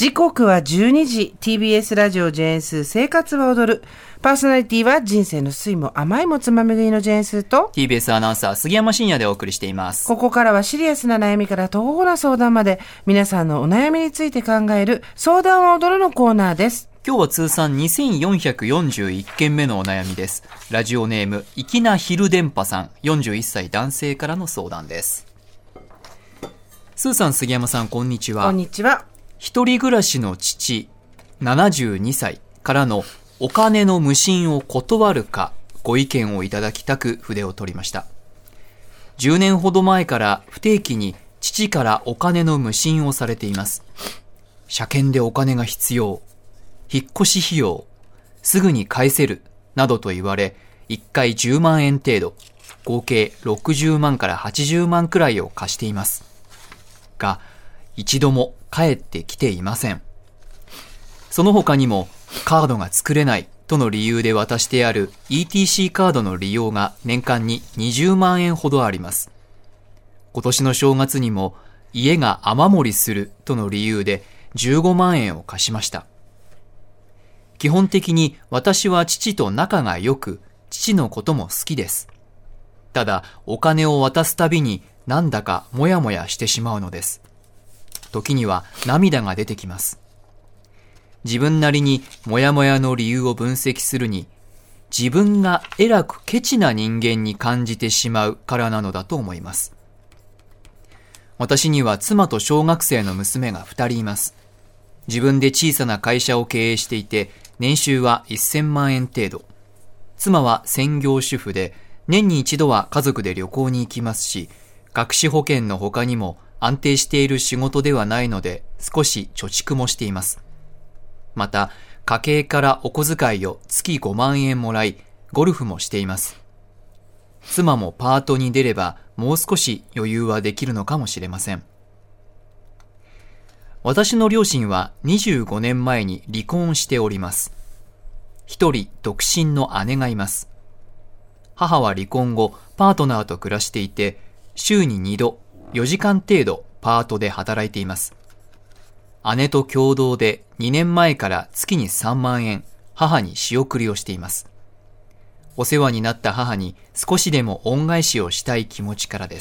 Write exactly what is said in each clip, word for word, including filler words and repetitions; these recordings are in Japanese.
時刻はじゅうにじ、ティービーエス ラジオジェーンスー生活は踊る。パーソナリティは人生の酸いも甘いもつまみ食いのジェーンスーとティービーエス アナウンサー杉山真也でお送りしています。 ここからはシリアスな悩みから途方な相談まで皆さんのお悩みについて考える相談は踊るのコーナーです。 今日は通算にせんよんひゃくよんじゅういっけんめのお悩みです。ラジオネーム粋な昼電波さん、よんじゅういっさい男性からの相談です。スーさん、杉山さん、こんにちは。 こんにちは。 一人暮らしの父ななじゅうにさいからのお金の無心を断るかご意見をいただきたく筆を取りました。じゅうねんほど前から不定期に父からお金の無心をされています。車検でお金が必要、引っ越し費用、すぐに返せるなどと言われ、いっかいじゅうまんえん程度、合計ろくじゅうまんからはちじゅうまんくらいを貸していますが、一度も返ってきていません。その他にもカードが作れないとの理由で渡してある イーティーシー カードの利用が年間ににじゅうまんえんほどあります。今年の正月にも家が雨漏りするとの理由でじゅうごまんえんを貸しました。基本的に私は父と仲が良く、父のことも好きです。ただお金を渡すたびになんだかモヤモヤしてしまうのです。時には涙が出てきます。自分なりにモヤモヤの理由を分析するに、自分がえらくケチな人間に感じてしまうからなのだと思います。私には妻と小学生の娘がふたりいます。自分で小さな会社を経営していて、年収はせんまんえん程度。妻は専業主婦で、年に一度は家族で旅行に行きますし、学資保険の他にも安定している仕事ではないので、少し貯蓄もしています。また、家計からお小遣いを月ごまんえんもらい、ゴルフもしています。妻もパートに出れば、もう少し余裕はできるのかもしれません。私の両親はにじゅうごねんまえに離婚しております。一人独身の姉がいます。母は離婚後、パートナーと暮らしていて、週ににど、よじかん程度パートで働いています。姉と共同でにねんまえから月にさんまんえん、母に仕送りをしています。お世話になった母に少しでも恩返しをしたい気持ちからです。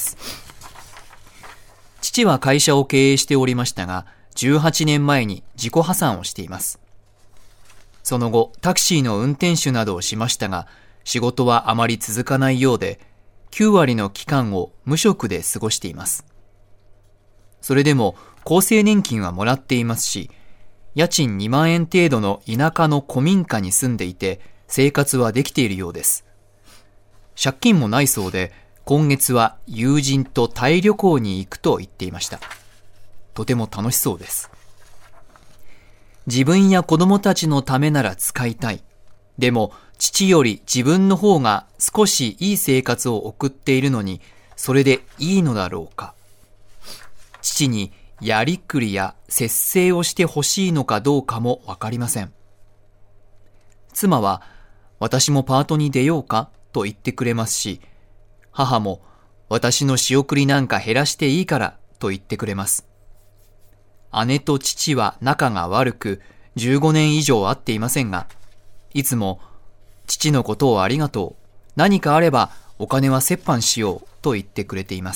父は会社を経営しておりましたが、じゅうはちねんまえに自己破産をしています。その後、タクシーの運転手などをしましたが、仕事はあまり続かないようで、きゅうわりの期間を無職で過ごしています。それでも厚生年金はもらっていますし、家賃にまんえん程度の田舎の古民家に住んでいて、生活はできているようです。借金もないそうで、今月は友人とタイ旅行に行くと言っていました。とても楽しそうです。自分や子供たちのためなら使いたい。でも父より自分の方が少しいい生活を送っているのに、それでいいのだろうか。父にやりくりや節制をしてほしいのかどうかもわかりません。妻は私もパートに出ようかと言ってくれますし、母も私の仕送りなんか減らしていいからと言ってくれます。姉と父は仲が悪くじゅうごねん以上会っていませんが、いつも父のことをありがとう、何かあればお金は折半しようと言ってくれています。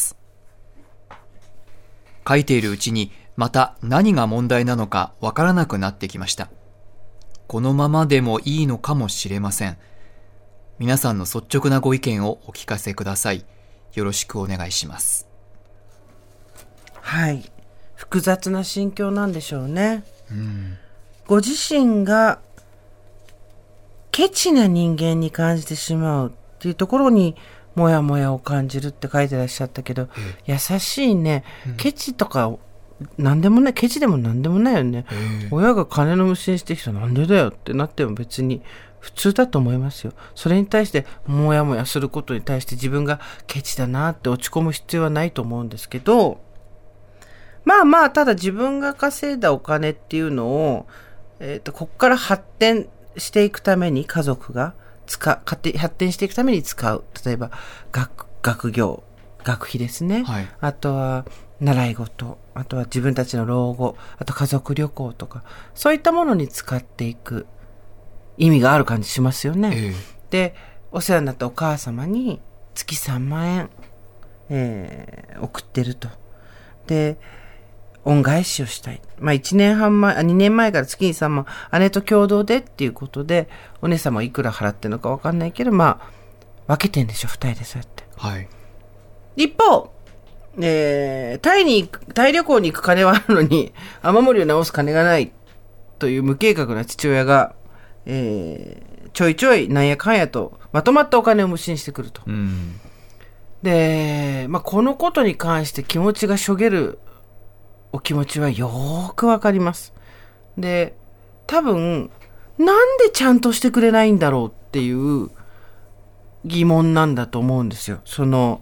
書いているうちにまた何が問題なのかわからなくなってきました。このままでもいいのかもしれません。皆さんの率直なご意見をお聞かせください。よろしくお願いします。 はい、複雑な心境なんでしょうね。 うん、 ご自身がケチな人間に感じてしまうっていうところにモヤモヤを感じるって書いてらっしゃったけど、優しいね、うん、ケチとか何でもない、ケチでも何でもないよね。親が金の無心してきたらなんでだよってなっても別に普通だと思いますよ。それに対してモヤモヤすることに対して自分がケチだなって落ち込む必要はないと思うんですけど、まあまあただ自分が稼いだお金っていうのを、えーと、ここから発展していくために家族が使発展していくために使う、例えば学学業学費ですね、 はい、 あとは習い事、あとは自分たちの老後、あと家族旅行とか、そういったものに使っていく意味がある感じしますよね。えー、で、お世話になったお母様に月さんまんえん、えー、送ってると。で、恩返しをしたい。まあいちねんはんまえ、にねんまえから月にさんまん、姉と共同でっていうことで、お姉様いくら払ってるのかわかんないけど、まあ、分けてんでしょ、二人でそうやって。 はい。 一方、えー、タイに行く、タイ旅行に行く金はあるのに、雨漏りを直す金がないという無計画な父親が、えー、ちょいちょいなんやかんやとまとまったお金を無心してくると。うん、で、まあ、このことに関して気持ちがしょげるお気持ちはよーくわかります。で、多分、なんでちゃんとしてくれないんだろうっていう疑問なんだと思うんですよ。その、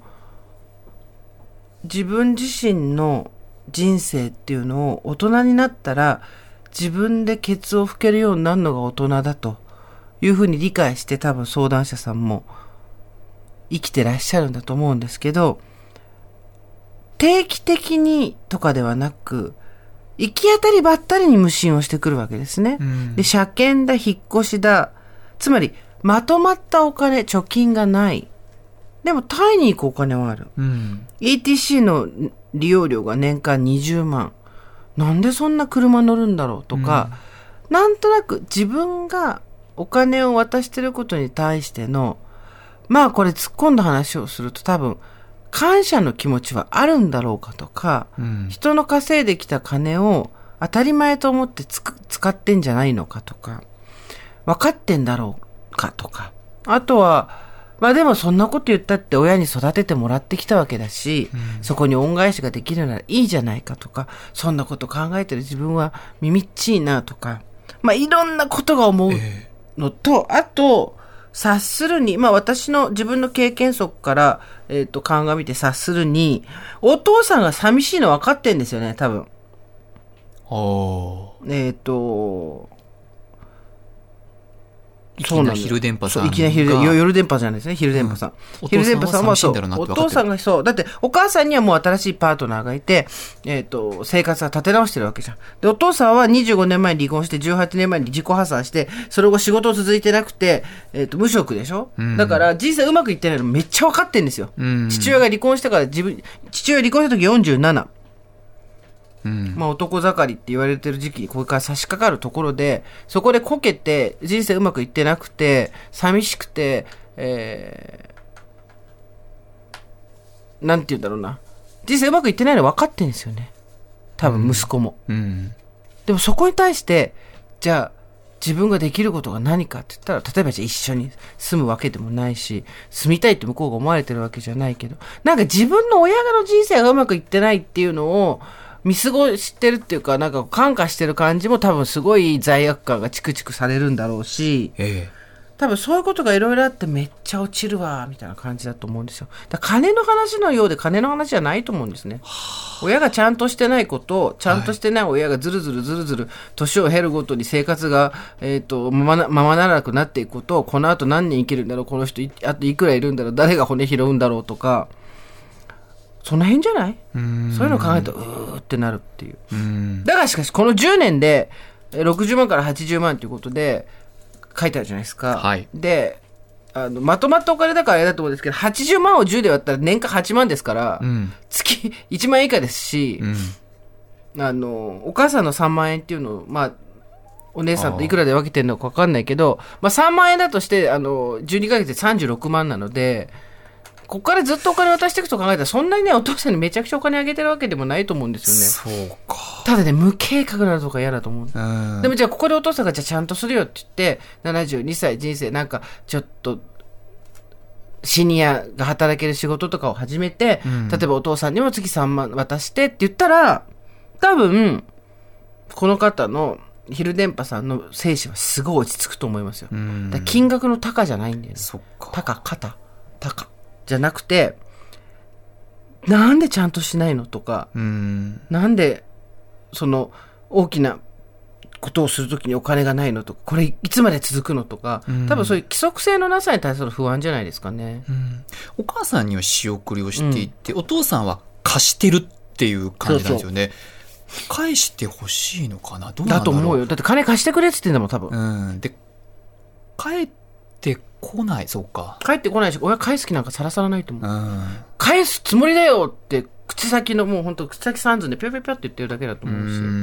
自分自身の人生っていうのを大人になったら自分でケツを拭けるようになるのが大人だというふうに理解して多分相談者さんも生きてらっしゃるんだと思うんですけど、定期的にとかではなく行き当たりばったりに無心をしてくるわけですね。うん、で、車検だ、引っ越しだ、つまりまとまったお金、貯金がない。でもタイに行くお金はある。うん、イーティーシー の利用料が年間にじゅうまん。なんでそんな車乗るんだろうとか、うん、なんとなく自分がお金を渡してることに対しての、まあこれ突っ込んだ話をすると多分感謝の気持ちはあるんだろうかとか、うん、人の稼いできた金を当たり前と思ってつく使ってんじゃないのかとか、分かってんだろうかとか、あとはまあでもそんなこと言ったって親に育ててもらってきたわけだし、うん、そこに恩返しができるならいいじゃないかとか、そんなこと考えてる自分は耳っちいなとか、まあいろんなことが思うのと、えー、あと察するに、まあ私の自分の経験則から、えっと、鑑みて察するに、お父さんが寂しいの分かってんですよね、多分。 おえっと、 いきなり昼電波さんが。 いきなり昼電波、夜電波じゃないですね、昼電波さん。うん、昼電波さんはそう、お父さんがそう、だってお母さんにはもう新しいパートナーがいて、えっと、生活は立て直してるわけじゃん。で、お父さんはにじゅうごねんまえに離婚してじゅうはちねんまえに自己破産して、その後仕事続いてなくて、えっと、無職でしょ、うん、だから人生うまくいってないのめっちゃ分かってんですよ。うん、父親が離婚してから自分、父親離婚した時よんじゅうなな。うん、まあ男盛りって言われてる時期にこれから差し掛かるところで、そこでこけて人生うまくいってなくて寂しくて、えー、なんて言うんだろうな、人生うまくいってないの分かってるんですよね、多分息子も、うんうん、でもそこに対してじゃあ自分ができることが何かって言ったら、例えばじゃあ一緒に住むわけでもないし、住みたいって向こうが思われてるわけじゃないけど、なんか自分の親の人生がうまくいってないっていうのを見過ごしてるっていうか、なんか感化してる感じも多分すごい罪悪感がチクチクされるんだろうし、ええ、多分そういうことがいろいろあってめっちゃ落ちるわみたいな感じだと思うんですよ。だから金の話のようで金の話じゃないと思うんですね。親がちゃんとしてないこと、ちゃんとしてない親がずるずるずるずる年を経るごとに生活が、えーと、まま、ままならなくなっていくことを、この後何年生きるんだろう、この人あといくらいるんだろう、誰が骨拾うんだろうとか、その辺じゃない？うーん、そういうのを考えるとうーってなるっていう。うーん、だからしかしこのじゅうねんでろくじゅうまんからはちじゅうまんということで書いてあるじゃないですか。はい、で、あのまとまったお金だからあれだと思うんですけど、はちじゅうまんをじゅうで割ったら年間はちまんですから、うん、月いちまん円以下ですし、うん、あのお母さんのさんまんえんっていうのを、まあお姉さんといくらで分けてるのか分かんないけど、まあ、さんまんえんだとしてあのじゅうにかげつでさんじゅうろくまんなので、ここからずっとお金渡していくと考えたら、そんなにねお父さんにめちゃくちゃお金あげてるわけでもないと思うんですよね。そうか。ただね、無計画なのとか嫌だと思う。うん、でもじゃあここでお父さんがじゃあちゃんとするよって言ってななじゅうにさい人生なんかちょっとシニアが働ける仕事とかを始めて、うん、例えばお父さんにも月さんまん渡してって言ったら、多分この方の昼電波さんの精神はすごい落ち着くと思いますよ。うん、だから金額の高じゃないんだよね。そっか。高肩高じゃなくて、なんでちゃんとしないのとか、うん、なんでその大きなことをするときにお金がないのとか、これいつまで続くのとか、うん、多分そういう規則性のなさに対する不安じゃないですかね。 うん、お母さんには仕送りをしていて、うん、お父さんは貸してるってっていう感じなんですよね。そうそう、返してほしいのかな、どうなんだろう。 だと思うよ。だって金貸してくれって言ってんだもん多分。 うん、で帰ってこない。そうか、 帰ってこないし、親返す気なんかさらさらないと思う。 うん、 返すつもりだよって口先のもう本当口先三寸でピョピョピョって言ってるだけだと思うし、 うん、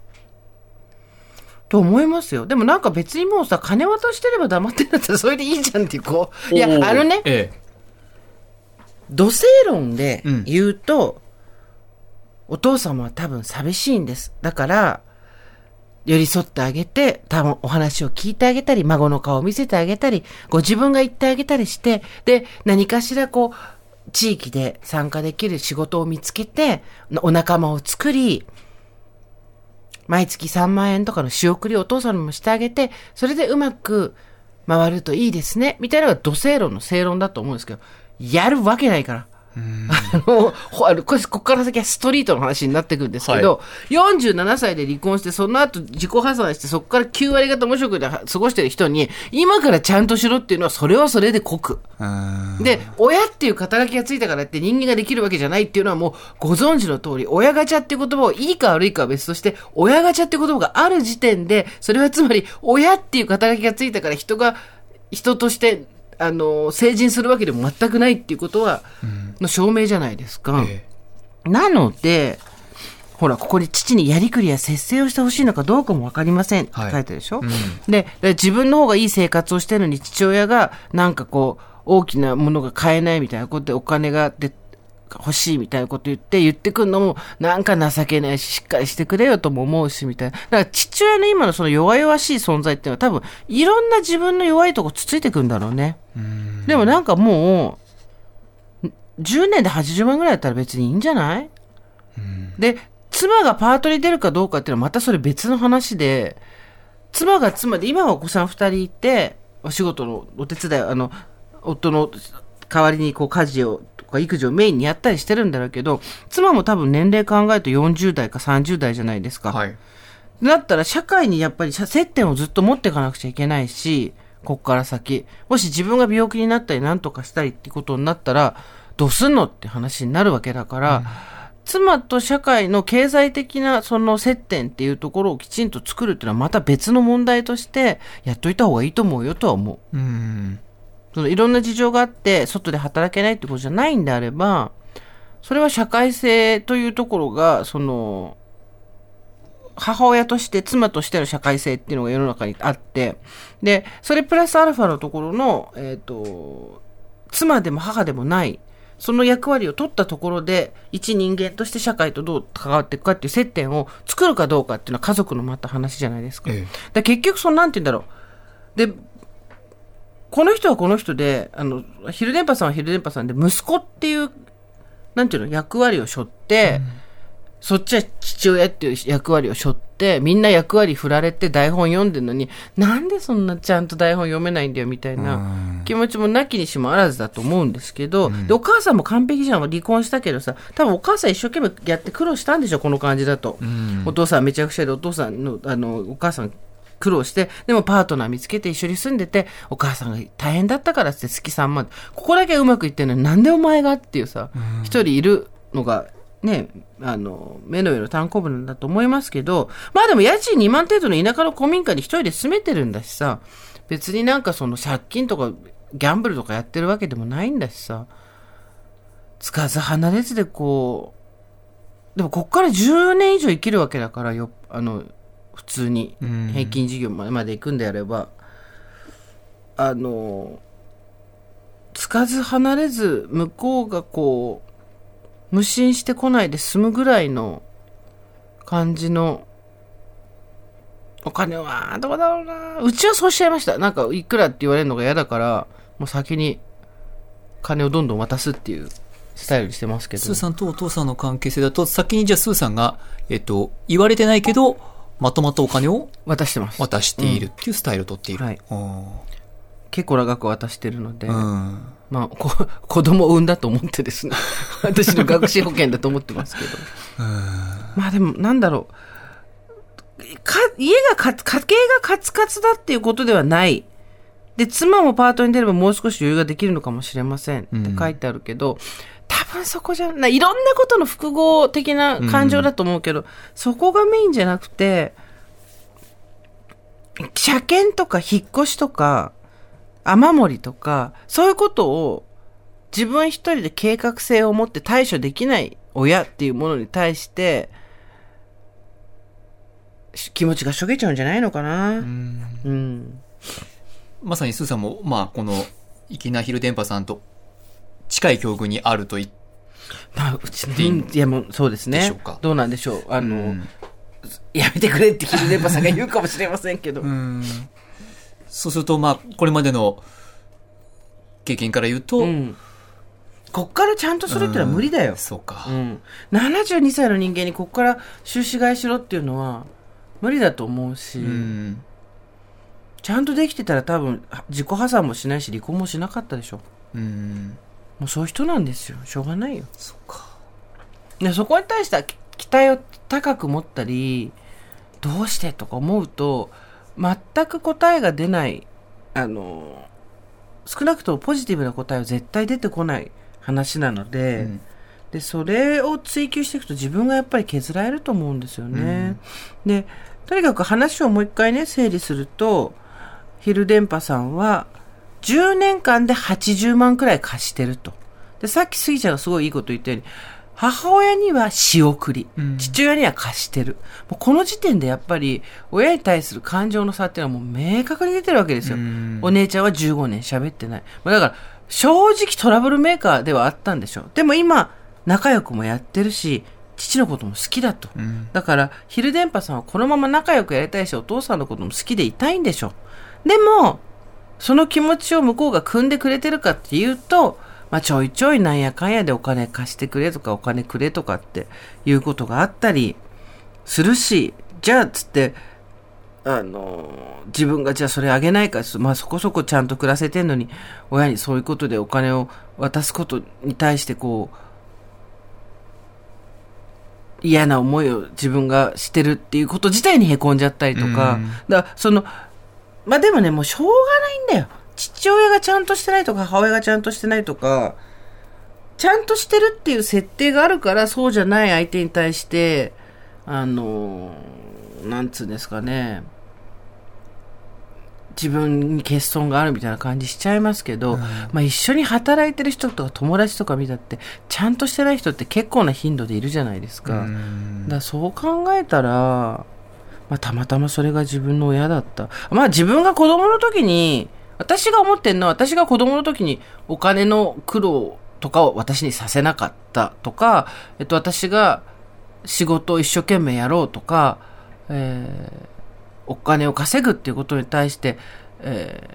と思いますよ。でもなんか別にもうさ、金渡してれば黙ってんだったらそれでいいじゃんっていう、こう、いやあのね、 ええ、 土星論で言うと、うん、お父様は多分寂しいんです。だから寄り添ってあげて、多分お話を聞いてあげたり、孫の顔を見せてあげたり、ご自分が言ってあげたりして、で何かしらこう地域で参加できる仕事を見つけて、お仲間を作り、毎月さんまんえんとかの仕送りをお父さんにもしてあげて、それでうまく回るといいですねみたいなのが土星論の正論だと思うんですけど、やるわけないから。あの、あのこれ、ここから先はストリートの話になってくるんですけど、はい、よんじゅうななさいで離婚して、その後自己破産して、そこからきゅうわりがた無職で過ごしてる人に、今からちゃんとしろっていうのは、それはそれで酷。で、親っていう肩書きがついたからって人間ができるわけじゃないっていうのはもうご存知の通り、親ガチャっていう言葉をいいか悪いかは別として、親ガチャっていう言葉がある時点で、それはつまり、親っていう肩書きがついたから人が、人として、あの成人するわけでも全くないっていうことは、うん、の証明じゃないですか、ええ、なのでほらここに父にやりくりや節制をしてほしいのかどうかも分かりませんって書いてあるでしょ、はい、うん、で, で自分の方がいい生活をしてるのに父親がなんかこう大きなものが買えないみたいなことでお金がで欲しいみたいなこと言って言ってくるのもなんか情けないし、しっかりしてくれよとも思うしみたいな。だから父親の今のその弱々しい存在っていうのは多分いろんな自分の弱いとこつついてくるんだろうね。うーん、でもなんかもうじゅうねんではちじゅうまんぐらいだったら別にいいんじゃない？うん、で妻がパートに出るかどうかっていうのはまたそれ別の話で、妻が妻で今はお子さんふたりいてお仕事のお手伝い、あの夫の代わりにこう家事を育児をメインにやったりしてるんだろうけど、妻も多分年齢考えるとよんじゅうだいかさんじゅうだいじゃないですか、はい、だったら社会にやっぱり接点をずっと持っていかなくちゃいけないし、こっから先もし自分が病気になったり何とかしたりってことになったらどうすんのって話になるわけだから、うん、妻と社会の経済的なその接点っていうところをきちんと作るっていうのはまた別の問題としてやっといた方がいいと思うよとは思う。うん、そのいろんな事情があって外で働けないってことじゃないんであれば、それは社会性というところがその母親として妻としての社会性っていうのが世の中にあって、でそれプラスアルファのところの、えーと、妻でも母でもないその役割を取ったところで一人間として社会とどう関わっていくかっていう接点を作るかどうかっていうのは家族のまた話じゃないですか、ええ、だ結局そのなんて言うんだろう、でこの人はこの人で、あの昼電波さんは昼電波さんで息子っていうなんていうの役割を背負って、うん、そっちは父親っていう役割を背負ってみんな役割振られて台本読んでるのになんでそんなちゃんと台本読めないんだよみたいな気持ちもなきにしもあらずだと思うんですけど、うん、でお母さんも完璧じゃん、離婚したけどさ、多分お母さん一生懸命やって苦労したんでしょこの感じだと、うん、お父さんめちゃくちゃでお父さんのあのお母さん苦労して、でもパートナー見つけて一緒に住んでて、お母さんが大変だったからって月さんまん、ここだけうまくいってるのになんでお前がっていうさ、一、うん、人いるのがね、あの目の上の単行部なんだと思いますけど、まあでも家賃にまん程度の田舎の古民家に一人で住めてるんだしさ、別になんかその借金とかギャンブルとかやってるわけでもないんだしさ、つかず離れずでこう、でもこっからじゅうねん以上生きるわけだからよ、あの普通に平均事業まで行くんであれば、あのつかず離れず向こうがこう無心してこないで済むぐらいの感じのお金はどうだろうな。うちはそうしちゃいました。なんかいくらって言われるのが嫌だからもう先に金をどんどん渡すっていうスタイルにしてますけど、 スーさんとお父さんの関係性だと先にじゃあスーさんが、えっと、言われてないけどまとまったお金を渡してます。 渡しているっていうスタイルを取っている、うんはい、結構長く渡してるので、うん、まあこ子供を産んだと思ってですね私の学資保険だと思ってますけどうんまあでもなんだろうか家がか家計がカツカツだっていうことではないで、妻もパートに出ればもう少し余裕ができるのかもしれませんって書いてあるけど、うん、 多分そこじゃない。いろんなことの複合的な感情だと思うけど、うん、そこがメインじゃなくて、車検とか引っ越しとか、雨漏りとか、そういうことを自分一人で計画性を持って対処できない親っていうものに対して、気持ちがしょげちゃうんじゃないのかな。うん、うん、 まさにスーさんも、まあ、この粋なヒル電波さんと近い境遇にあると言って、 まあ、うちの、いやもうそうですね。どうなんでしょう。あの、うん、やめてくれってヒル電波さんが言うかもしれませんけど。うん、 そうすると、まあ、これまでの経験から言うと、うん、 こっからちゃんとするっていうのは無理だよ。 うん、そうか、 うん。ななじゅうにさいの人間にこっから収支買いしろっていうのは無理だと思うし、うん、ちゃんとできてたら多分自己破産もしないし離婚もしなかったでしょ。うん、もうそういう人なんですよ。しょうがないよ。 そうか。 でそこに対しては期待を高く持ったり、どうしてとか思うと全く答えが出ない、あの少なくともポジティブな答えは絶対出てこない話なので、うん、でそれを追求していくと自分がやっぱり削られると思うんですよね。うん、でとにかく話をもう一回ね整理すると、ヒル電波さんはじゅうねんかんではちじゅうまんくらい貸してると。でさっきスギちゃんがすごいいいこと言ったように、母親には仕送り、うん、父親には貸してる。もうこの時点でやっぱり親に対する感情の差っていうのはもう明確に出てるわけですよ。うん、お姉ちゃんはじゅうごねん喋ってない。だから正直トラブルメーカーではあったんでしょう。でも今仲良くもやってるし、父のことも好きだと。うん、だからヒル電波さんはこのまま仲良くやりたいし、お父さんのことも好きでいたいんでしょう。でもその気持ちを向こうが汲んでくれてるかっていうと、まあ、ちょいちょいなんやかんやでお金貸してくれとかお金くれとかっていうことがあったりするし、じゃあつってあの自分がじゃあそれあげないか、まあそこそこちゃんと暮らせてんのに親にそういうことでお金を渡すことに対してこう嫌な思いを自分がしてるっていうこと自体にへこんじゃったりとか、だからそのまあでもね、もうしょうがないんだよ。父親がちゃんとしてないとか母親がちゃんとしてないとか、ちゃんとしてるっていう設定があるから、そうじゃない相手に対してあのなんつうんですかね、自分に欠損があるみたいな感じしちゃいますけど、うん、まあ一緒に働いてる人とか友達とか見たってちゃんとしてない人って結構な頻度でいるじゃないですか。うん、だからそう考えたら、まあ、たまたまそれが自分の親だった。まあ自分が子供の時に、私が思ってんのは、私が子供の時にお金の苦労とかを私にさせなかったとか、えっと私が仕事を一生懸命やろうとか、えー、お金を稼ぐっていうことに対して、え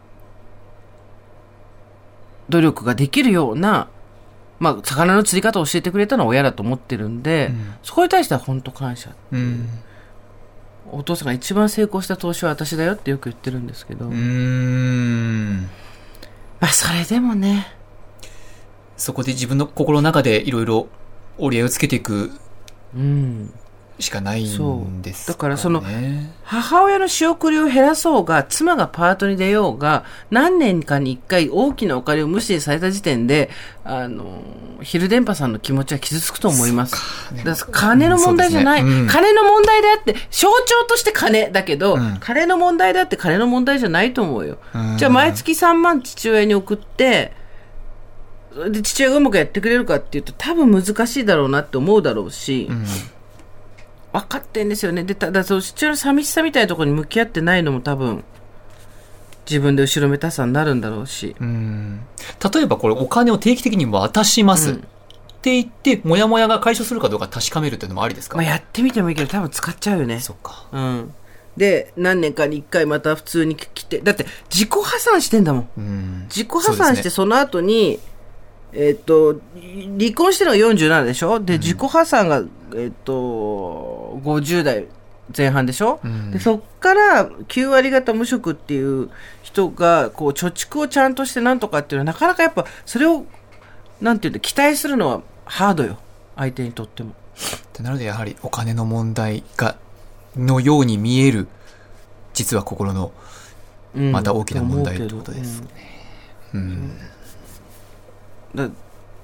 ー、努力ができるような、まあ魚の釣り方を教えてくれたのは親だと思ってるんで、うん、そこに対しては本当感謝。うん、お父さんが一番成功した投資は私だよってよく言ってるんですけど、うーん、まあそれでもね、 そこで自分の心の中でいろいろ折り合いをつけていくしかないんですかね。 そうだからその母親の仕送りを減らそうが、妻がパートに出ようが、何年かに一回大きなお金を無視された時点で、あのヒル電波さんの気持ちは傷つくと思います。だから金の問題じゃない、うんねうん、金の問題であって、象徴として金だけど、うん、金の問題であって金の問題じゃないと思うよ。うん、じゃあ毎月さんまん父親に送ってで父親がうまくやってくれるかっていうと多分難しいだろうなって思うだろうし、うん、分かってんですよね。でただその父親の寂しさみたいなところに向き合ってないのも多分自分で後ろめたさになるんだろうし、うん、 例えばこれお金を定期的に渡します、うん、って言ってモヤモヤが解消するかどうか確かめるっていうのもありですか？ まあ、やってみてもいいけど多分使っちゃうよね。 そっか、 うん、で何年かにいっかいまた普通に来て、だって自己破産してんだもん、うん、自己破産してその後にえっと、離婚してるのがよんじゅうななでしょ。で、自己破産が、えっと、ごじゅう代前半でしょ、うん、でそっからきゅうわり方無職っていう人がこう貯蓄をちゃんとしてなんとかっていうのはなかなかやっぱそれをなんていうんだ、期待するのはハードよ、相手にとっても。 なのでやはりお金の問題がのように見える、実は心のまた大きな問題ってことですね。うん、うんだ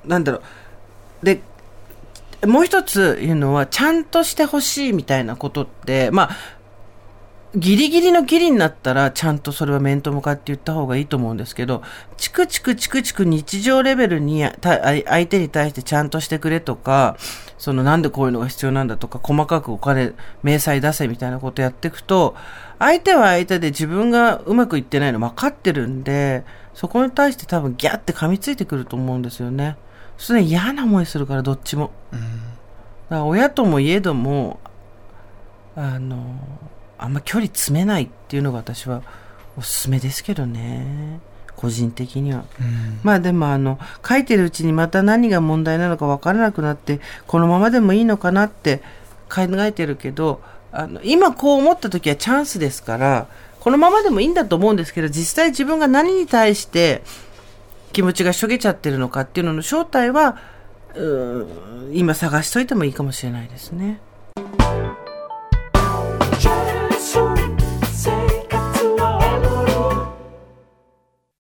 なんだろう。で、もう一つ言うのは、ちゃんとしてほしいみたいなことって、まあ、ギリギリのギリになったら、ちゃんとそれは面と向かって言った方がいいと思うんですけど、チクチクチクチク日常レベルに相手に対してちゃんとしてくれとか、そのなんでこういうのが必要なんだとか、細かくお金、明細出せみたいなことやっていくと、相手は相手で自分がうまくいってないの分かってるんで、そこに対して多分ギャーって噛みついてくると思うんですよね。それ嫌な思いするからどっちも。うん、だから親ともいえども、あの、あんま距離詰めないっていうのが私はおすすめですけどね。個人的には。うん、まあでもあの、書いてるうちにまた何が問題なのか分からなくなって、このままでもいいのかなって考えてるけど、あの、今こう思った時はチャンスですから、このままでもいいんだと思うんですけど、実際自分が何に対して気持ちがしょげちゃってるのかっていうのの正体は、うーん、今探しといてもいいかもしれないですね。